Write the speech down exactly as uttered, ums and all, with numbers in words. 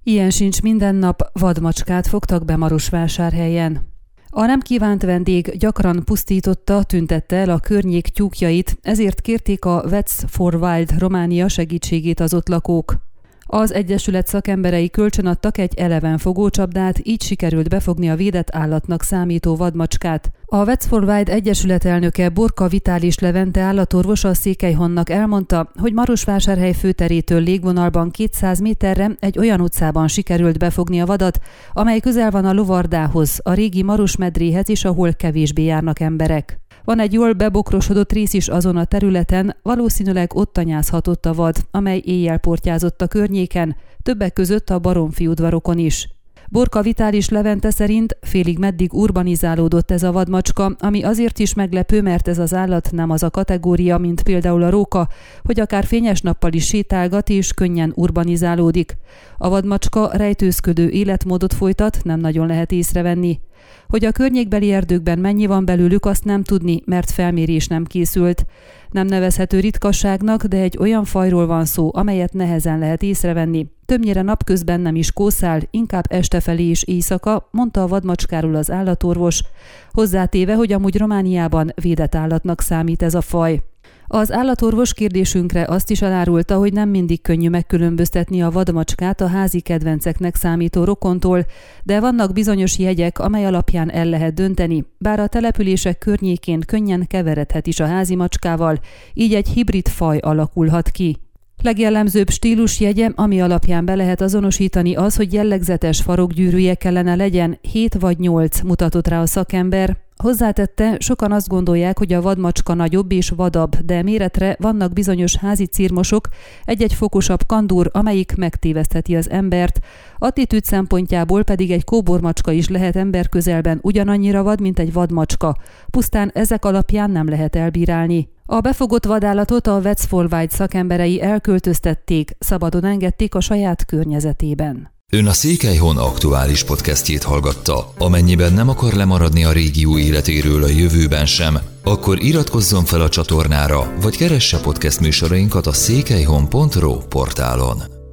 Ilyen sincs minden nap, vadmacskát fogtak be Marosvásárhelyen. A nem kívánt vendég gyakran pusztította, tüntette el a környék tyúkjait, ezért kérték a Vets for Wild Románia segítségét az ott lakók. Az egyesület szakemberei kölcsönadtak egy eleven fogócsapdát, így sikerült befogni a védett állatnak számító vadmacskát. A Vets for Wild egyesület elnöke Borka Vitális Levente állatorvos a Székelyhonnak elmondta, hogy Marosvásárhely főterétől légvonalban kétszáz méterre egy olyan utcában sikerült befogni a vadat, amely közel van a Lovardához, a régi Marosmedréhez is, ahol kevésbé járnak emberek. Van egy jól bebokrosodott rész is azon a területen, valószínűleg ott tanyázhatott a vad, amely éjjel portyázott a környéken, többek között a Baromfi udvarokon is. Borka Vitális Levente szerint félig meddig urbanizálódott ez a vadmacska, ami azért is meglepő, mert ez az állat nem az a kategória, mint például a róka, hogy akár fényes nappal is sétálgat és könnyen urbanizálódik. A vadmacska rejtőzködő életmódot folytat, nem nagyon lehet észrevenni. Hogy a környékbeli erdőkben mennyi van belőlük, azt nem tudni, mert felmérés nem készült. Nem nevezhető ritkasságnak, de egy olyan fajról van szó, amelyet nehezen lehet észrevenni. Többnyire napközben nem is kószál, inkább estefelé és éjszaka, mondta a vadmacskáról az állatorvos, hozzátéve, hogy amúgy Romániában védett állatnak számít ez a faj. Az állatorvos kérdésünkre azt is elárulta, hogy nem mindig könnyű megkülönböztetni a vadmacskát a házi kedvenceknek számító rokontól, de vannak bizonyos jegyek, amely alapján el lehet dönteni, bár a települések környékén könnyen keveredhet is a házi macskával, így egy hibrid faj alakulhat ki. Legjellemzőbb stílusjegye, ami alapján be lehet azonosítani, az, hogy jellegzetes farokgyűrűje kellene legyen, hét vagy nyolc mutatott rá a szakember. Hozzátette, sokan azt gondolják, hogy a vadmacska nagyobb és vadabb, de méretre vannak bizonyos házi cirmosok, egy-egy fokosabb kandúr, amelyik megtévesztheti az embert. Attitűd szempontjából pedig egy kóbormacska is lehet ember közelben ugyanannyira vad, mint egy vadmacska. Pusztán ezek alapján nem lehet elbírálni. A befogott vadállatot a Vets for Wild szakemberei elköltöztették, szabadon engedték a saját környezetében. Ön a Székelyhon aktuális podcastjét hallgatta. Amennyiben nem akar lemaradni a régió életéről a jövőben sem, akkor iratkozzon fel a csatornára, vagy keresse podcast műsorainkat a székelyhon pont ro portálon.